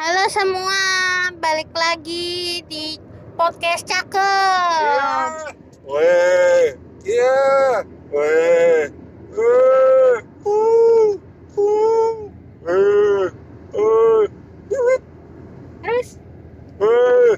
Halo semua, balik lagi di podcast Cakep. Weh, iya, weh, weh, weh, weh, Terus, weh,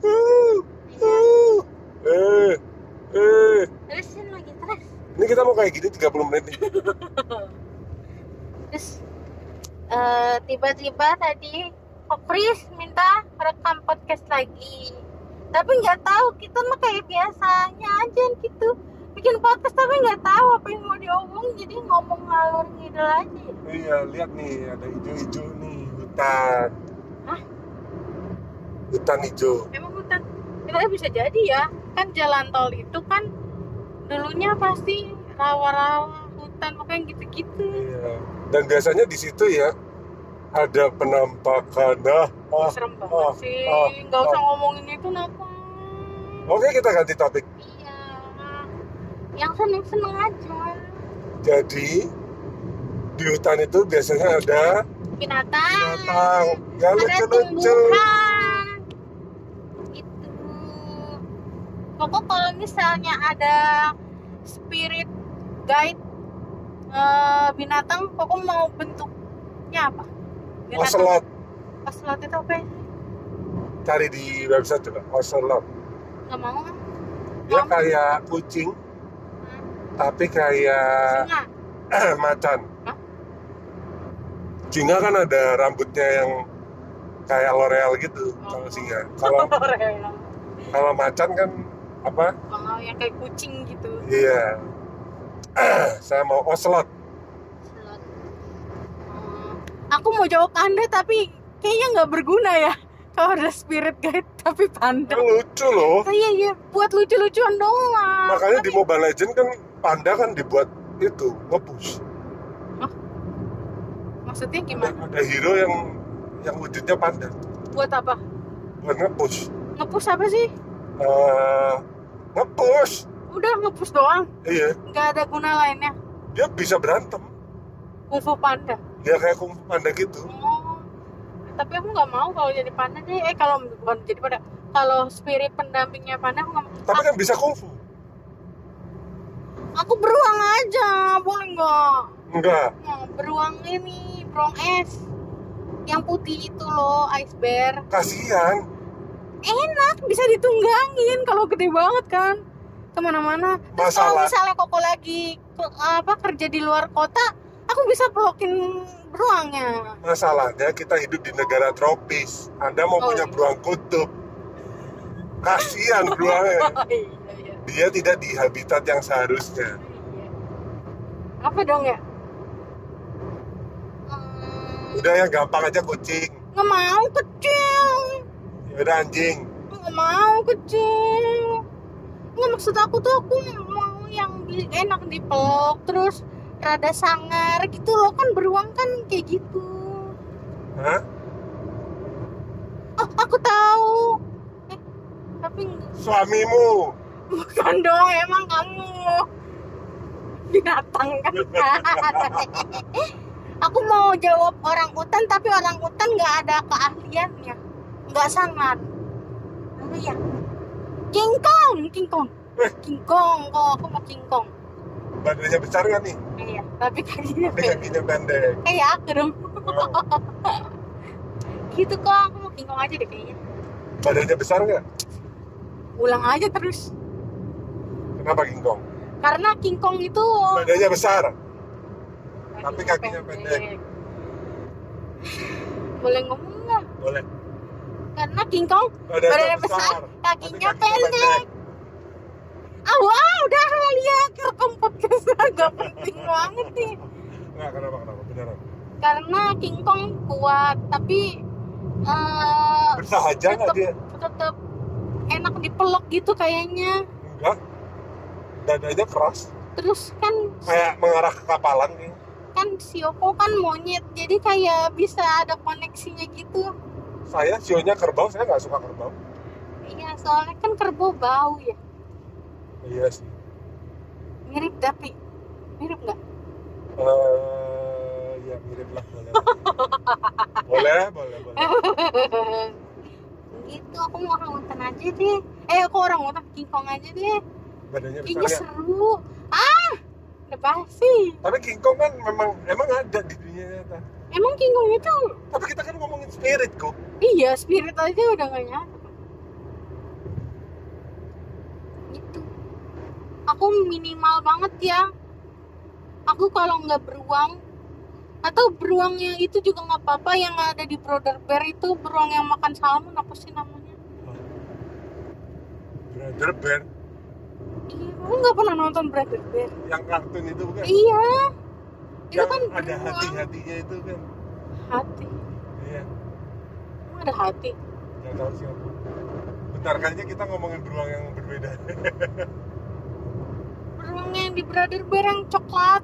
terusin lagi terus. Ini kita mau kayak gini 30 menit nih. Terus, tiba-tiba tadi Kok Chris minta rekam podcast lagi. Tapi nggak tahu, kita mah kayak biasanya aja gitu. Bikin podcast tapi nggak tahu apa yang mau diomong, jadi ngomong ngalur ngidul aja. Iya, lihat nih, ada hijau-hijau nih, hutan. Hah? Hutan hijau. Emang hutan? Kita bisa jadi ya. Kan jalan tol itu kan dulunya pasti rawa-rawa hutan, pokoknya gitu-gitu. Iya. Dan biasanya di situ ya ada penampakan. Serem banget sih. Nggak usah ngomongin itu, kenapa? Oke, kita ganti topik. Iya. Yang seneng-seneng aja. Jadi di hutan itu biasanya ada Binatang. yang Ada lucu-lucu. tumbuhan. Itu. Pokok kalau misalnya ada spirit guide binatang, pokok mau bentuknya apa? Ocelot, Ocelot itu apa ya? cari di website coba. Ocelot. Nggak mau kan? Dia kayak kucing, tapi kayak Singa. macan. Hah? Singa kan ada rambutnya yang kayak L'Oreal gitu. Kalau singa. Kalau macan kan apa? Oh, yang kayak kucing gitu. Iya. Saya mau ocelot. Ocelot. Aku mau jawab Anda tapi kayaknya nggak berguna ya. Kalau ada spirit guide tapi panda. Kan lucu loh. Iya, buat lucu-lucuan doang. Makanya Tapi di Mobile Legends kan panda kan dibuat itu nge-push. maksudnya gimana? Ada hero yang wujudnya panda Buat apa? buat nge-push. Nge-push apa sih? Nge-push. Udah nge-push doang. Iya, Nggak ada guna lainnya. dia bisa berantem. Kung Fu Panda. Dia kayak kung fu panda gitu. Oh. Tapi aku nggak mau kalau jadi panda deh. Kalau bukan jadi panda. Kalau spirit pendampingnya panda aku nggak mau. Tapi kan bisa kungfu. Aku beruang aja, boleh nggak? Enggak. Nah, beruang ini, beruang es. Yang putih itu loh, ice bear. Kasihan. Enak, bisa ditunggangin kalau gede banget kan. Kemana-mana. Terus kalau Masalah. misalnya Koko lagi kerja di luar kota, aku bisa pelokin beruangnya. Masalahnya kita hidup di negara tropis. Anda mau Oh, punya iya. beruang kutub. Kasihan beruangnya. Iya. Dia tidak di habitat yang seharusnya. Iya. Apa dong ya? Udah yang gampang aja kucing. Nggak mau kecil. Ya udah anjing. Nggak mau kecil. Nggak, maksud aku tuh aku mau yang enak dipeluk, terus rada sangar gitu loh, kan beruang kan kayak gitu. Hah? Oh, aku tahu. Tapi Suamimu. bukan dong, emang kamu binatang kan. Aku mau jawab orang utan, tapi orang utan nggak ada keahliannya, nggak sangat. Apa ya? King Kong. Kok aku mau King Kong. Badannya besar kan nih? Iya, tapi kakinya Tapi kakinya pendek. kayak aku dong. Gitu kok, aku mau King Kong aja deh kayaknya. Badannya besar nggak? Ulang aja terus. Kenapa King Kong? Karena King Kong itu Badannya besar. Tapi kakinya pendek. Boleh ngomong nggak? Boleh. Karena King Kong badannya besar, kakinya tapi pendek. Wah, udah ya, rekam podcast agak penting banget nih. Nggak, kenapa? Beneran. Karena King Kong kuat, tapi Bersahaja nggak dia? tetap enak dipeluk gitu kayaknya. Enggak. Dadanya keras. Terus kan Kayak mengarah ke kapalan nih. Sioko kan monyet, jadi kayak bisa ada koneksinya gitu. Saya sionya kerbau, saya nggak suka kerbau. Iya, soalnya kan kerbau bau ya. Iya sih. Mirip tapi mirip nggak? Ya ya mirip lah boleh. Gitu, aku mau orangutan aja deh. Aku orangutan King Kong aja deh. Badannya Kayaknya besar ya. seru. Udah pasti. Tapi King Kong kan emang ada di dunia nyata. Emang King Kong itu? Tapi kita kan ngomongin spirit kok. Iya, spirit aja udah gak nyata. Gitu. Aku minimal banget ya. Aku kalau nggak beruang atau beruang yang itu juga nggak apa-apa, yang ada di Brother Bear itu beruang yang makan salmon, apa sih namanya? Brother Bear. Iya, aku nggak pernah nonton Brother Bear. Yang kartun itu bukan? Iya. Itu Yang kan ada beruang. hati-hatinya itu kan. Hati. Iya. Emang ada hati? Gak tahu sih aku. Bentar kayaknya kita ngomongin beruang yang berbeda. Beruang yang di Brother Bear yang coklat.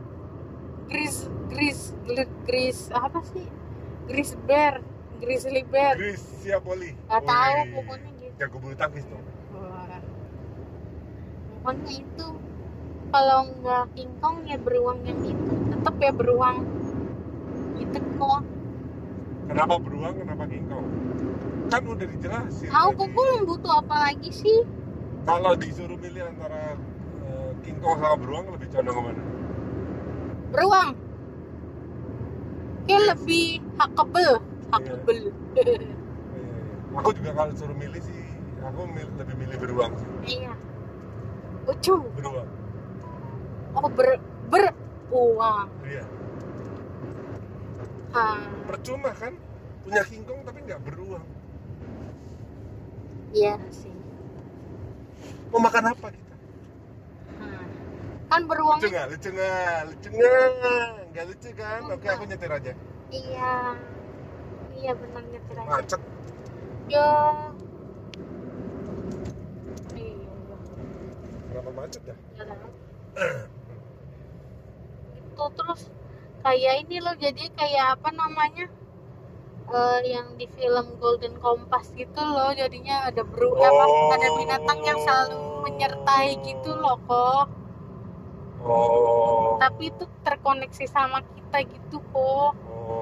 Gris apa sih? Grizzly bear. Gris Siapoli. Gak tahu pokoknya gitu. Jago bulu tangkis tuh. Wah. Pokoknya itu kalau nggak King Kong ya beruang yang itu, tetap ya beruang itu kok. Kenapa beruang? Kenapa King Kong? Kan udah dijelasin. Tahu tadi. kok gue butuh apa lagi sih? Kalau disuruh milih antara King Kong sama beruang lebih condong kemana? Beruang. Kayak lebih hakable. Aku juga kalau suruh milih sih, aku lebih milih beruang sih. Iya. Lucu. Beruang. Oh beruang. Iya. Ah, Percuma kan punya King Kong tapi nggak beruang. iya sih. Mau makan apa kita? Kan beruang. Lucu nggak? Nggak lucu kan? Oke, aku nyetir aja. Iya benar nyetir aja. Macet. Ya. Iya. Kenapa macet ya? Itu terus kayak ini loh, jadi kayak apa namanya, yang di film Golden Compass gitu loh, jadinya ada ada binatang yang selalu menyertai gitu loh kok. Tapi itu terkoneksi sama kita gitu kok.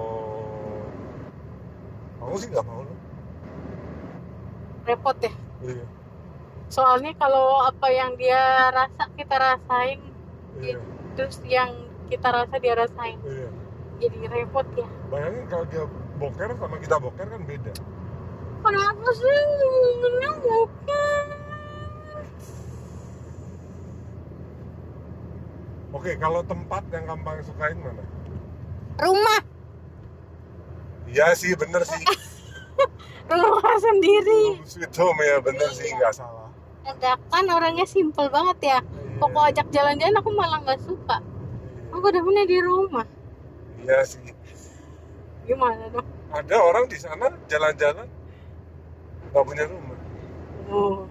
Aku sih nggak mau loh. Repot ya. Iya. Soalnya kalau apa yang dia rasa kita rasain, Iya. terus yang kita rasa dia rasain, Iya. jadi repot ya. Bayangin kalau dia boker sama kita boker kan beda. Kenapa sih ngomongnya boker? Oke, kalau tempat yang gampang sukain mana? Rumah Iya sih, bener sih. rumah sendiri. Sweet home ya, bener sih, Iya. nggak salah. Ada kan orangnya simple banget ya. Pokok ajak jalan-jalan aku malah nggak suka. Aku udah punya di rumah. Iya sih. Gimana dong? Ada orang di sana jalan-jalan nggak punya rumah, Oh,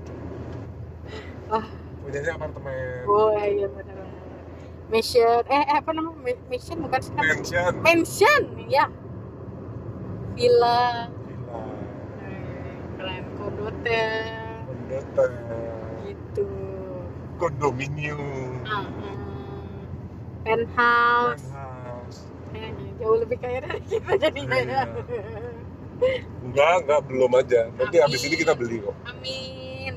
punyanya apartemen, iya benar. Mansion, apa namanya? Mansion bukan sih? mansion. Mansion, ya. Villa. Gila. Keren, kondotel. Kondotel. Gitu. Kondominium. Penthouse. Penthouse. Jauh lebih kaya dari kita jadinya ya. Enggak, belum aja. Nanti Amin. habis ini kita beli kok. Amin.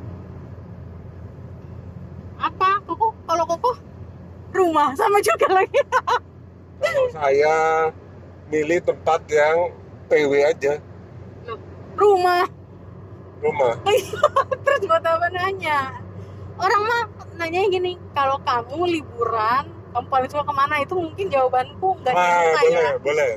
Apa? Kalau koko rumah sama juga lagi. Kalau saya milih tempat yang PW aja, Rumah. rumah. Terus buat apa nanya? Orang mah nanya gini, kalau kamu liburan, kamu paling suka kemana? Itu mungkin jawabanku nggak nyampe ya. Boleh.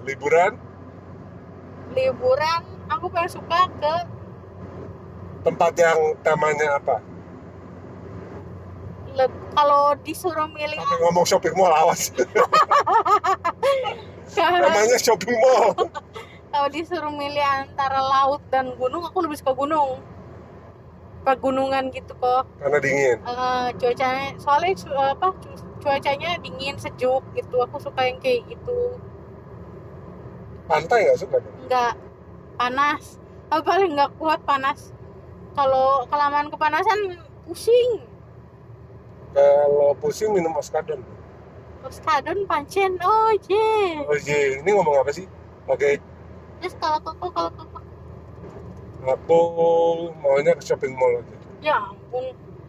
Liburan, aku paling suka ke Tempat yang temanya apa? kalau disuruh milih Sampai ngomong shopping mall, awas. kalau Namanya shopping mall. kalau disuruh milih antara laut dan gunung, aku lebih suka gunung. Pegunungan gitu kok. Karena dingin. Cuacanya soalnya cuacanya dingin sejuk gitu, aku suka yang kayak gitu. Pantai nggak suka dong? Nggak panas, aku paling nggak kuat panas. Kalau kelamaan kepanasan pusing. Kalau pusing minum oskadon. Stadion pancen, oh je. Oke, ini ngomong apa sih? Oke, Terus kalau koko aku maunya ke shopping mall aja. ya ampun,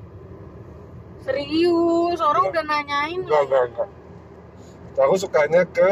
serius orang Enggak. udah nanyain Enggak. Aku sukanya ke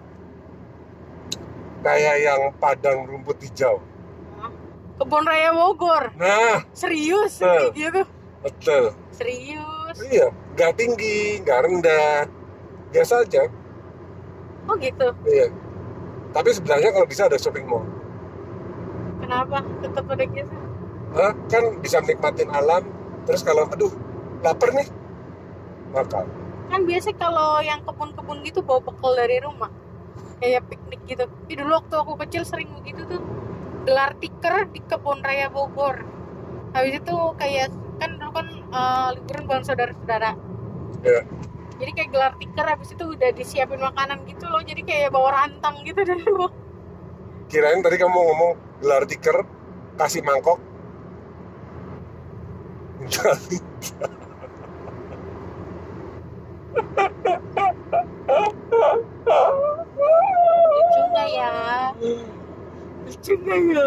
kayak yang padang rumput hijau. Kebun Raya Bogor. Nah, Serius Betul. kayak gitu. betul. Serius. Iya, nggak tinggi, nggak rendah, biasa aja. Oh gitu. Iya. Tapi sebenarnya kalau bisa ada shopping mall. Kenapa tetap ada gitu? Hah? Kan bisa nikmatin alam. Terus kalau aduh lapar nih, makan. Kan biasa kalau yang kebun-kebun gitu bawa bekal dari rumah. Kayak piknik gitu. Tapi dulu waktu aku kecil sering begitu tuh. Gelar tikar di Kebun Raya Bogor. Habis itu kayak kan dulu kan liburan bareng saudara-saudara. Ya. Jadi kayak gelar tikar habis itu udah disiapin makanan gitu loh. Jadi kayak bawa rantang gitu dari rumah. Kirain tadi kamu ngomong gelar tikar, kasih mangkok. Lucu nggak ya? Lucu nggak ya?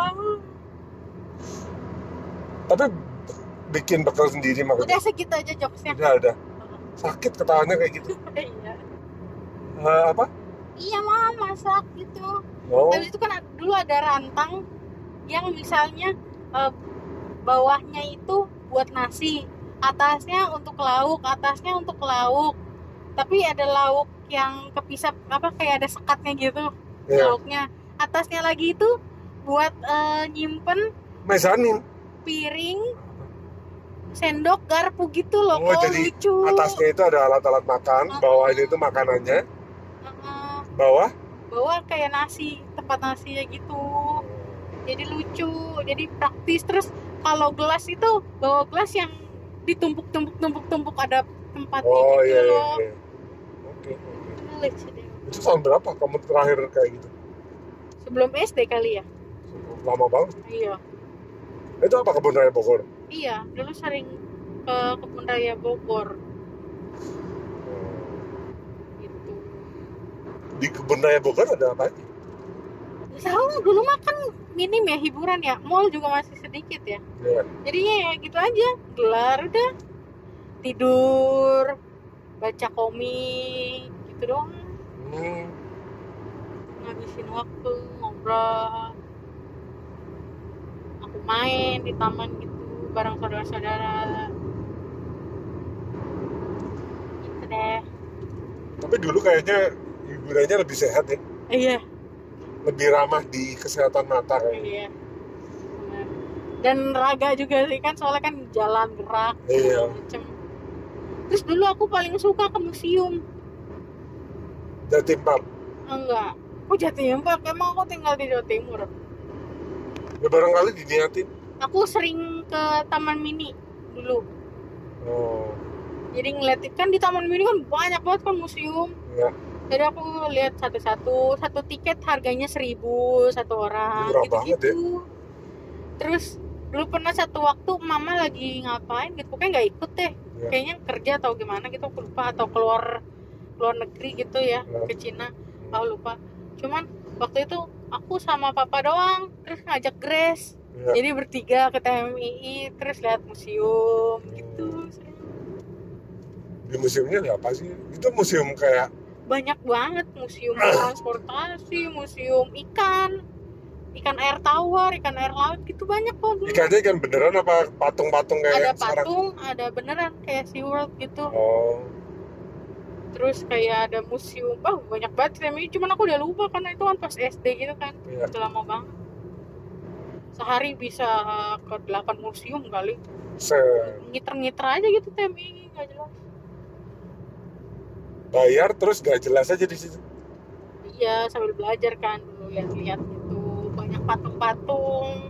Tapi bikin bekal sendiri makanya. Udah segitu aja jokesnya. Udah. Sakit ketawanya kayak gitu. Iya. Apa? Iya mah masak gitu. Oh, Habis itu kan dulu ada rantang yang misalnya bawahnya itu buat nasi, atasnya untuk lauk. Tapi ada lauk yang kepisah apa kayak ada sekatnya gitu iya. lauknya. Atasnya lagi itu buat nyimpen Mezanin. piring, sendok, garpu gitu loh. Oh, jadi lucu. atasnya itu ada alat-alat makan, bawahnya itu makanannya, bawah. Bawah kayak nasi, tempat nasinya gitu. Jadi lucu, jadi praktis. Terus kalau gelas itu bawa gelas yang ditumpuk ada tempatnya Oh gitu iya. loh. Oke. Lucu deh. Itu tahun berapa kamu terakhir kayak gitu? Sebelum SD kali ya? Lama banget. Iya. Itu apa Kebun Raya Bogor? Iya, dulu sering ke Kebun Raya Bogor gitu. Di Kebun Raya Bogor ada apa aja? Misalnya dulu makan minim ya hiburan ya, mall juga masih sedikit ya. Ya. Jadinya ya gitu aja, gelar udah, tidur, baca komik gitu doang. Ngabisin waktu, ngobrol. Aku main di taman gitu bareng saudara-saudara. Gitu deh. Tapi dulu kayaknya hiburannya lebih sehat ya, Iya. lebih ramah di kesehatan mata kayaknya. Iya. Benar. Dan raga juga sih kan, soalnya kan jalan gerak Iya. macem. Terus dulu aku paling suka ke museum. Jatim Park. Enggak. Oh Jatim Park, emang aku tinggal di Jawa Timur. Ya barangkali diniatin. Aku sering ke Taman Mini dulu. Oh, Jadi ngeliatin kan di Taman Mini kan banyak banget kan museum. ya. Jadi aku lihat satu tiket harganya 1.000 satu orang Murah banget gitu-gitu. Terus dulu pernah satu waktu mama lagi ngapain gitu, pokoknya nggak ikut deh. Ya. Kayaknya kerja atau gimana gitu, aku lupa, atau keluar negeri gitu ya, Ya. ke Cina, aku lupa. Cuman waktu itu aku sama papa doang, terus ngajak Grace. Ya. Jadi bertiga ke TMII, terus lihat museum gitu. Di museumnya ada apa sih? Itu museum kayak Banyak banget, museum transportasi, museum ikan air tawar, ikan air laut gitu, banyak kok dulu. ikannya ikan beneran apa patung-patung Ada kayak sekarang? patung, ada beneran kayak SeaWorld gitu. Oh, Terus kayak ada museum, banyak banget ini. Cuman aku udah lupa karena itu kan pas SD gitu kan. Iya. Udah lama banget. Sehari bisa ke 8 museum kali. Ngiter-ngiter aja gitu TMI, nggak jelas. bayar terus gak jelas aja di situ. Iya, sambil belajar kan dulu, lihat-lihat gitu. Banyak patung-patung.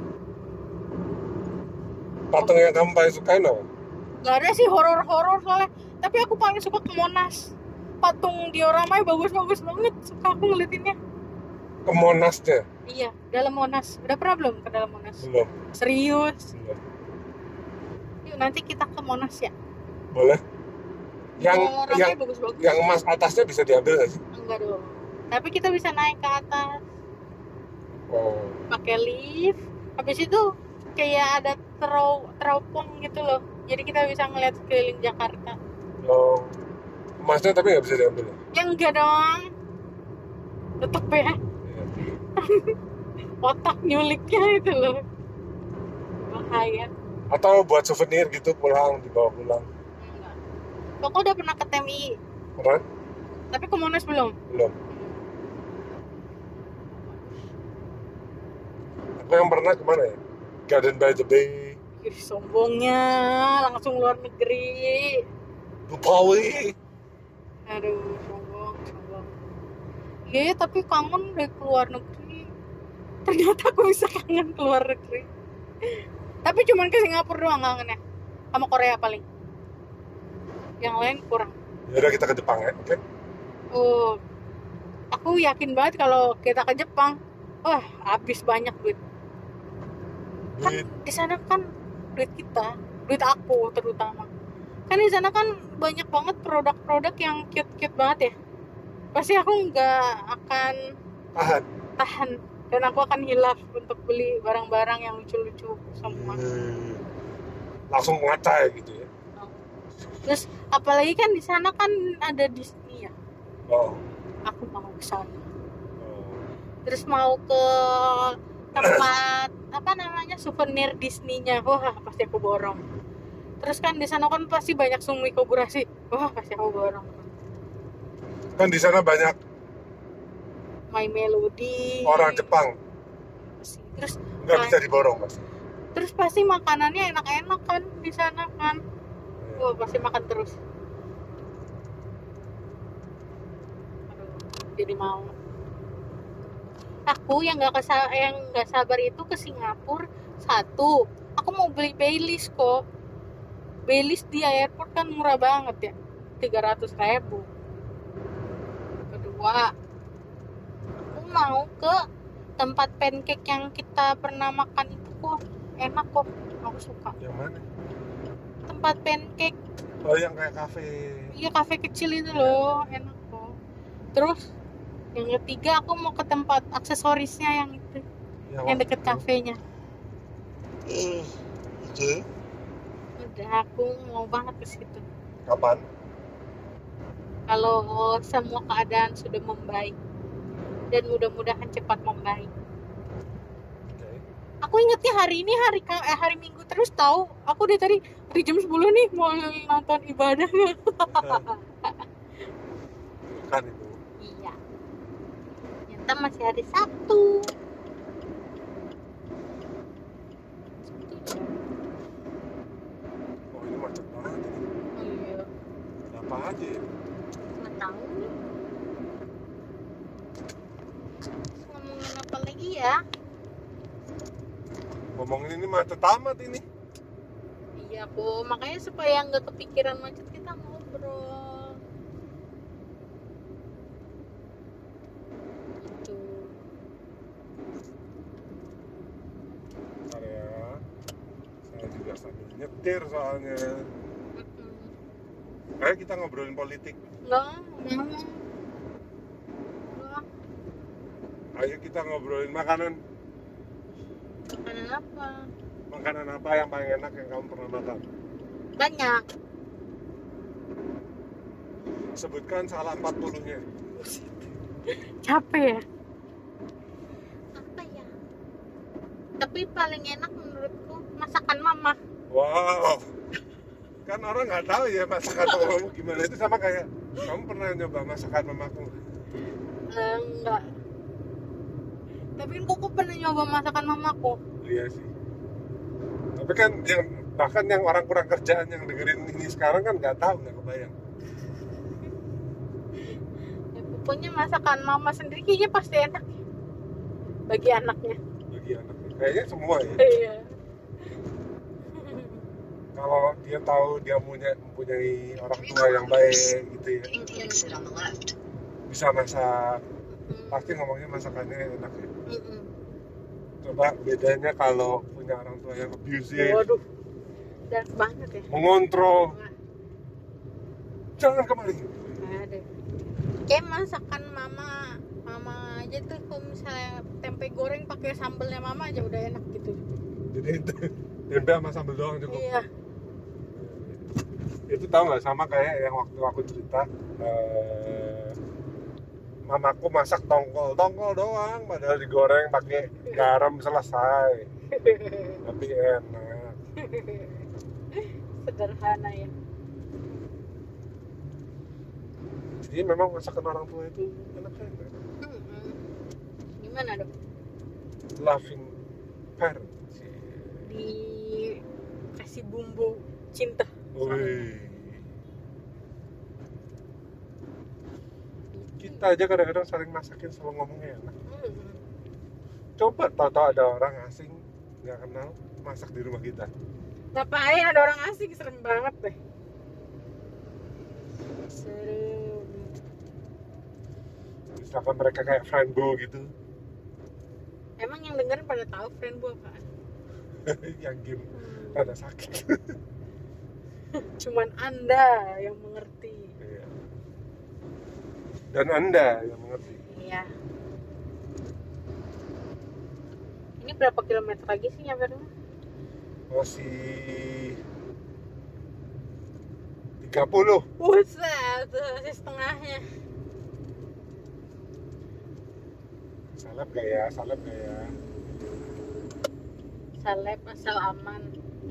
Patung yang kamu paling sukain apa? Gak ada sih horor-horor soalnya. Tapi aku paling suka ke Monas. Patung dioramanya bagus-bagus banget. Suka aku ngeliatinnya. Ke Monasnya? Iya, dalam Monas. Udah pernah belum ke dalam Monas? Belum. Serius? Belum. Yuk nanti kita ke Monas ya. Boleh? Orangnya bagus-bagus. Yang emas atasnya bisa diambil nggak sih? Enggak dong. Tapi kita bisa naik ke atas. Oh. Pakai lift. Habis itu kayak ada teropong gitu loh. Jadi kita bisa ngeliat sekeliling Jakarta. Oh. Emasnya tapi nggak bisa diambil ya? Ya enggak dong. Tetep ya. Iya. Otak nyuliknya itu loh. Bahaya. Atau buat souvenir gitu pulang, dibawa pulang. Enggak. Kok udah pernah ke TMI? Pernah? Tapi ke Monas belum? Belum. Aku yang pernah kemana ya? Garden by the Bay. Ih, sombongnya langsung luar negeri. Bupawi. Aduh, sombong. Iya, tapi kangen dari keluar negeri. Ternyata aku bisa kangen keluar negeri. Tapi cuman ke Singapura doang kangennya. Sama Korea paling. Yang lain kurang. Yaudah kita ke Jepang ya, oke? Oh, aku yakin banget kalau kita ke Jepang, wah habis banyak duit. Kan di sana kan duit kita, duit aku terutama. Kan di sana kan banyak banget produk-produk yang cute-cute banget ya. Pasti aku nggak akan tahan dan aku akan hilaf untuk beli barang-barang yang lucu-lucu semua. Langsung ngaca ya gitu ya. Terus apalagi kan di sana kan ada Disney ya. Oh. Aku mau ke sana. Oh. Terus mau ke tempat apa namanya souvenir Disney-nya. Wah, pasti aku borong. Terus kan di sana kan pasti banyak sumui kolaborasi. Wah, pasti aku borong. Kan di sana banyak My Melody. orang Jepang. Terus nggak bisa diborong pasti. Terus pasti makanannya enak-enak kan di sana kan. Wah, pasti makan terus. Aduh, jadi mau. Aku yang nggak sabar itu ke Singapura. Satu, aku mau beli Baileys kok. Baileys di airport kan murah banget ya, 300.000. Kedua, aku mau ke tempat pancake yang kita pernah makan itu kok, enak kok, aku suka. Yang mana? Tempat pancake. Oh, yang kayak kafe. Iya, kafe kecil itu loh, enak kok. Terus yang ketiga aku mau ke tempat aksesorisnya yang itu, yang deket kafenya. Itu. Udah, aku mau banget ke situ. Kapan? Kalau semua keadaan sudah membaik dan mudah-mudahan cepat membaik. Okay. Aku ingetnya hari ini hari Minggu terus tahu. Aku dari tadi jam 10 nih mau nonton ibadah. Kan itu. Iya. Ternyata masih hari Sabtu. Oh, ini macet banget ini. Oh iya. Apa aja ya? Nggak tahu nih. Ngomongin apa lagi ya? Ngomongin ini macet amat ini. Iya, Bu. Makanya supaya nggak kepikiran macet kita ngobrol. Gitu. Bentar ya. Saya juga sambil nyetir soalnya. Ayo kita ngobrolin politik. Enggak. Ayo kita ngobrolin makanan. Makanan apa? Makanan apa yang paling enak yang kamu pernah makan? Banyak. Sebutkan salah 40-nya. Capek ya? Apa ya? Tapi paling enak menurutku masakan mama. Wow. Kan orang nggak tahu ya masakan mamamu gimana. Itu sama kayak kamu pernah nyoba masakan mamaku? Enggak. Tapi kan kok pernah nyoba masakan mamaku. Iya sih. Tapi kan bahkan yang orang kurang kerjaan yang dengerin ini sekarang kan nggak tahu, nggak kebayang. Ya, pokoknya masakan mama sendiri kayaknya pasti enak bagi anaknya. Bagi anaknya. Kayaknya semua ya. Iya. Kalau dia tahu dia mempunyai orang tua yang baik gitu ya. Bisa masak. Pasti ngomongnya masakannya enak ya. Coba bedanya kalau punya orang tua yang abusive. Waduh, dark banget ya. Mengontrol. jangan kemari. Ada. Kayak masakan mama aja tuh, kalau misalnya tempe goreng pakai sambelnya mama aja udah enak gitu. Jadi tempe sama sambal doang cukup. Iya. Itu tahu nggak, sama kayak yang waktu aku cerita mamaku masak tongkol doang, padahal digoreng pakai garam selesai. Tapi enak. Sederhana ya. Jadi memang masakan orang tua itu enak. Gimana dong? Loving parents. Dikasih bumbu cinta. Wih. Kita aja kadang-kadang saling masakin selalu ngomongnya enak. Coba tahu-tahu ada orang asing nggak kenal masak di rumah kita. Ngapain ada orang asing, serem banget deh. Serem. Misalkan mereka kayak Friendbo gitu. Emang yang dengerin pada tahu Friendbo apaan? Yang game pada sakit. Cuman Anda yang mengerti. Iya. Dan Anda yang mengerti. Iya. Ini berapa kilometer lagi sih nyampe rumah? Masih 30. Buset, masih setengahnya. Salep gak ya? Salep asal aman.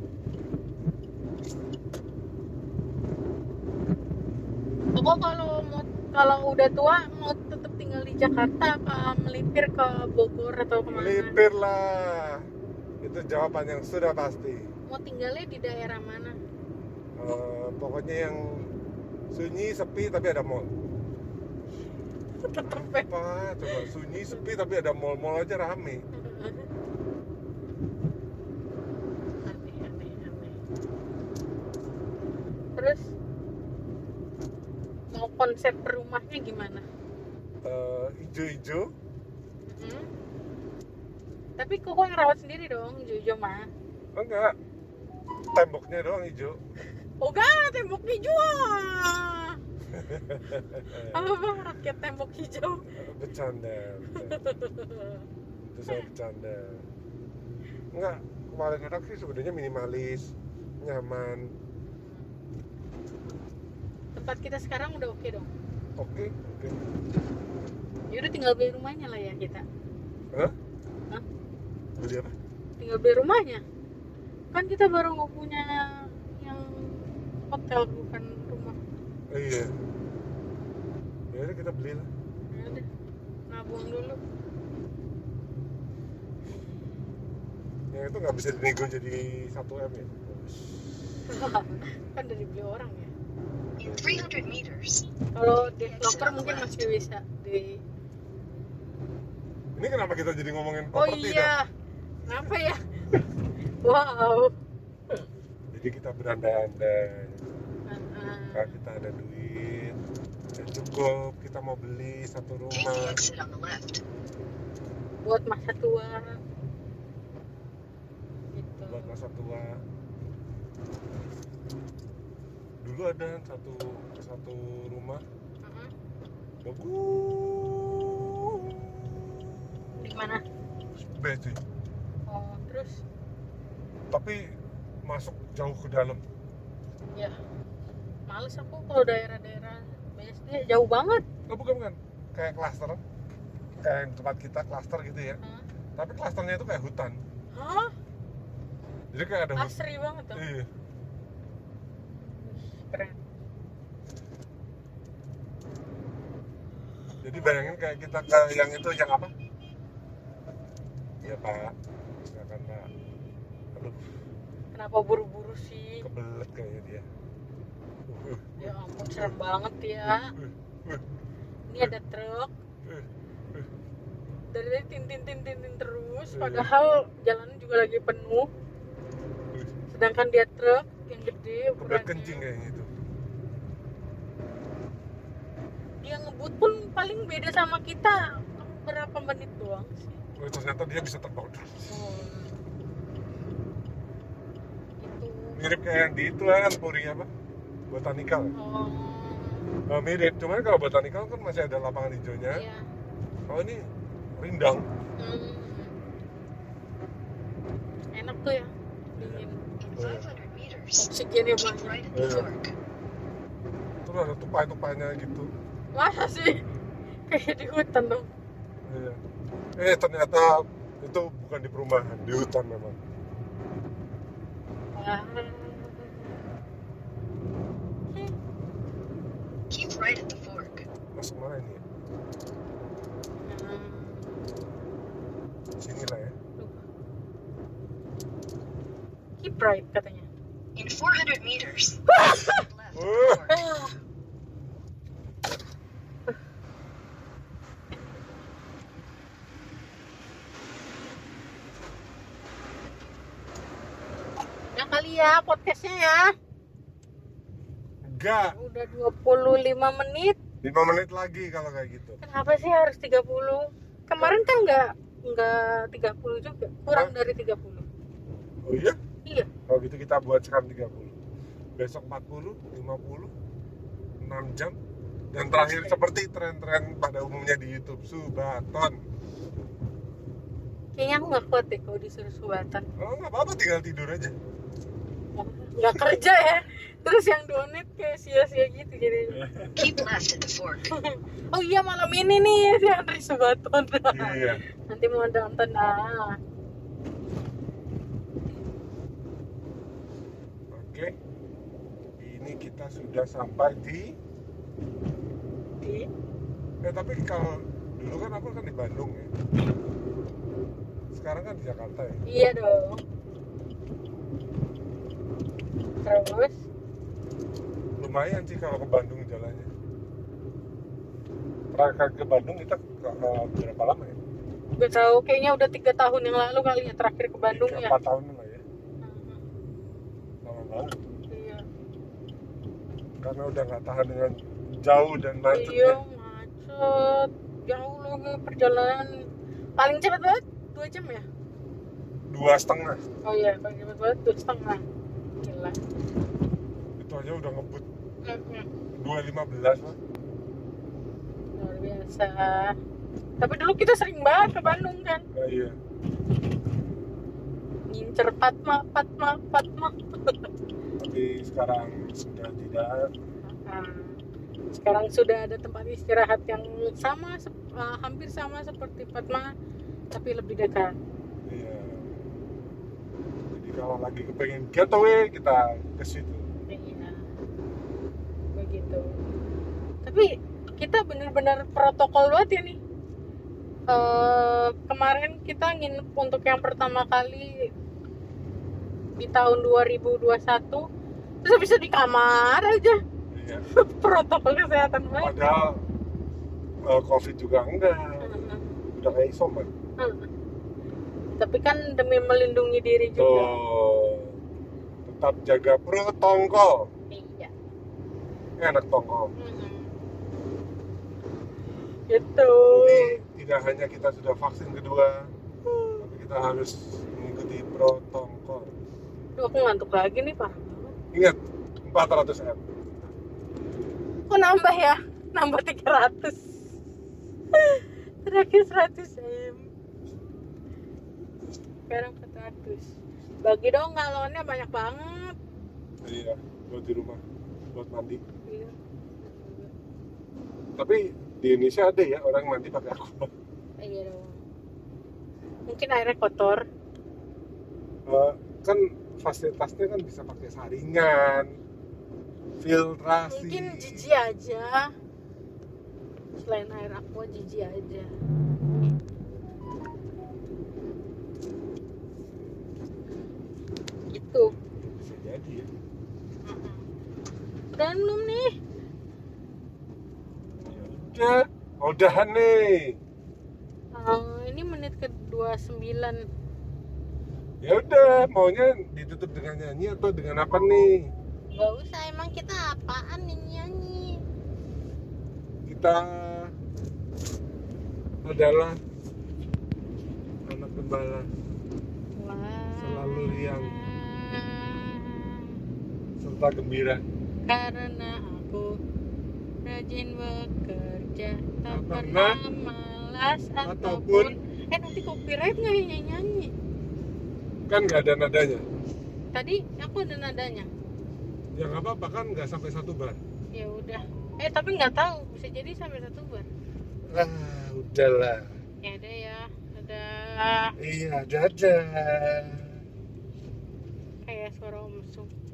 Pokok kalau udah tua mau tetap tinggal di Jakarta apa melipir ke Bogor atau kemana? Melipir lah. Itu jawaban yang sudah pasti. Mau tinggalnya di daerah mana? Pokoknya yang sunyi, sepi tapi ada mall. Tetep Apa? Coba sunyi, sepi tapi ada mall aja rame. Aneh. Terus mau konsep rumahnya gimana? Ijo-ijo. Tapi kok yang rawat sendiri dong, hijau mah. Enggak. Temboknya doang hijau. Oh enggak, tembok hijau. Apa bang, rakyat tembok hijau? Bercanda. Itu saya bercanda. Enggak, paling enak sih sebenarnya minimalis, nyaman. Tempat kita sekarang udah oke dong. Oke. Ya udah tinggal beli rumahnya lah ya kita. Hah? Hah? Beli apa? Tinggal beli rumahnya. Kan kita baru nggak punya yang hotel, bukan rumah. Iya. Ya udah kita beli lah. Ya udah, nabung dulu. Yang itu nggak bisa dinego jadi 1M ya? Kan dari beli orang ya. In 300 meters. Kalau developer mungkin masih bisa di. Ini kenapa kita jadi ngomongin Oh properti iya. Kenapa ya? Wow. Jadi kita berandai-andai. Kalau kita ada duit, ya cukup, kita mau beli satu Take the rumah. exit on the left. Buat masa tua. Gitu. Buat masa tua. Dulu ada satu rumah bagus. Di mana? Best sih. Oh, terus? Tapi masuk jauh ke dalam. Ya. Males aku kalau daerah-daerah BSD jauh banget. Oh, bukan. Kayak klaster. Kayak tempat kita klaster gitu ya. Tapi klasternya itu kayak hutan. Hah? Jadi kayak ada hutan. Asri banget tuh. Iya. Keren. Jadi bayangin kayak kita ke yang itu, yang apa? Iya Pak, silakan Pak. Aduh, Kenapa buru-buru sih? kebelet kayaknya dia. Ya ampun, serem banget ya. Ini ada truk. Dari tadi tintin terus, padahal jalannya juga lagi penuh. Sedangkan dia truk yang gede Kebelet ukurannya. kencing kayaknya itu. Dia ngebut pun paling beda sama kita berapa menit doang sih. Oh, ternyata dia bisa terbang. Gitu. Mirip kayak yang di itu kan, Puri apa? Botanikal. Oh, Mirip, cuman kalau botanikal kan masih ada lapangan hijaunya. Iya. Kalau ini rindang. Enak tuh ya, dingin. In 500 meters, Oksigennya keep banyak. right at the Yeah. fork. Terus ada tupai-tupainya gitu. Masa sih? Kayak di hutan dong. Iya. Ternyata itu bukan di perumahan, di hutan memang. Wah. Keep right at the fork. Masuk mana ini? Sini lah ya. Keep right katanya. In 400 meters, keep left at the fork. Ya kali ya podcastnya ya. Enggak, Udah 25 menit. 5 menit lagi kalau kayak gitu. Kenapa sih harus 30? Kemarin kan nggak 30 juga. Kurang dari 30. Oh iya? Iya. Kalau gitu kita buat sekarang 30. Besok 40, 50, 6 jam. Dan terakhir seperti tren-tren pada umumnya di YouTube, Subaton. Kayaknya aku nggak kuat deh kalau disuruh subatan. Oh nggak apa-apa, tinggal tidur aja. Nggak kerja ya. Terus yang donate kayak sia-sia gitu jadi. Keep left at the fork. Oh iya malam ini nih si Andri Subaton. Iya. Nanti mau nonton Oke. Ini kita sudah sampai di. Tapi kalau dulu kan aku kan di Bandung ya. Sekarang kan di Jakarta ya. Iya dong. Terus Lumayan sih kalau ke Bandung jalannya. Terakhir ke Bandung kita berapa lama ya? gue tahu kayaknya udah 3 tahun yang lalu kali ya terakhir ke Bandung 3, ya. 4 tahun lah ya. Lama banget. Iya. Karena udah nggak tahan dengan jauh dan Iya macetnya. macet. Jauh loh perjalanan. Paling cepet banget 2 jam ya? 2,5. Oh iya paling cepet banget 2,5. Gila. Itu aja udah ngebut Mm-mm. 2,15 lah. Luar biasa. Tapi dulu kita sering banget ke Bandung kan. Nah, iya. Ngincer Fatma. Tapi sekarang sudah tidak. Nah, sekarang sudah ada tempat istirahat yang sama, hampir sama seperti Fatma, tapi lebih dekat. Iya. Jadi kalau lagi kepengen getaway kita ke situ. Iya, begitu. Tapi kita benar-benar protokol banget ya nih. Kemarin kita nginep untuk yang pertama kali di tahun 2021, terus habis itu di kamar aja. Iya. Protokol kesehatan banget. Padahal COVID juga enggak. Udah kayak isoman. Tapi kan demi melindungi diri juga. Oh, tetap jaga protokol. Iya. Enak tongkol. Gitu. Jadi tidak hanya kita sudah vaksin kedua, tapi kita harus mengikuti protokol. Duh, aku ngantuk lagi nih Pak. Ingat 400 M. Kok nambah ya? Nambah 300. Terakhir 100 M. Sekarang 400. Bagi dong galonnya banyak banget. Iya, buat di rumah, buat mandi. Iya. Tapi di Indonesia ada ya orang mandi pakai aqua. Iya dong. Mungkin airnya kotor. Kan fasilitasnya kan bisa pakai saringan, filtrasi. Mungkin jijik aja. Selain air aqua jijik aja. Gitu. Bisa jadi ya. Dan belum nih. Ya udahan nih. Ini menit ke-29. Ya udah, maunya ditutup dengan nyanyi atau dengan apa nih? Gak usah, emang kita apaan nih nyanyi? Kita adalah anak gembala, selalu riang serta gembira. Karena aku rajin bekerja, tak Tak pernah pernah malas ataupun ataupun- nanti copyright nggak ya nyanyi? Kan nggak ada nadanya. Tadi aku ada nadanya. Ya nggak apa-apa kan, nggak sampai 1 bar. Ya udah. Tapi nggak tahu, bisa jadi sampai 1 bar. Udahlah. Ya ada ya, ada Iya, dadah. kayak suara Om Sum.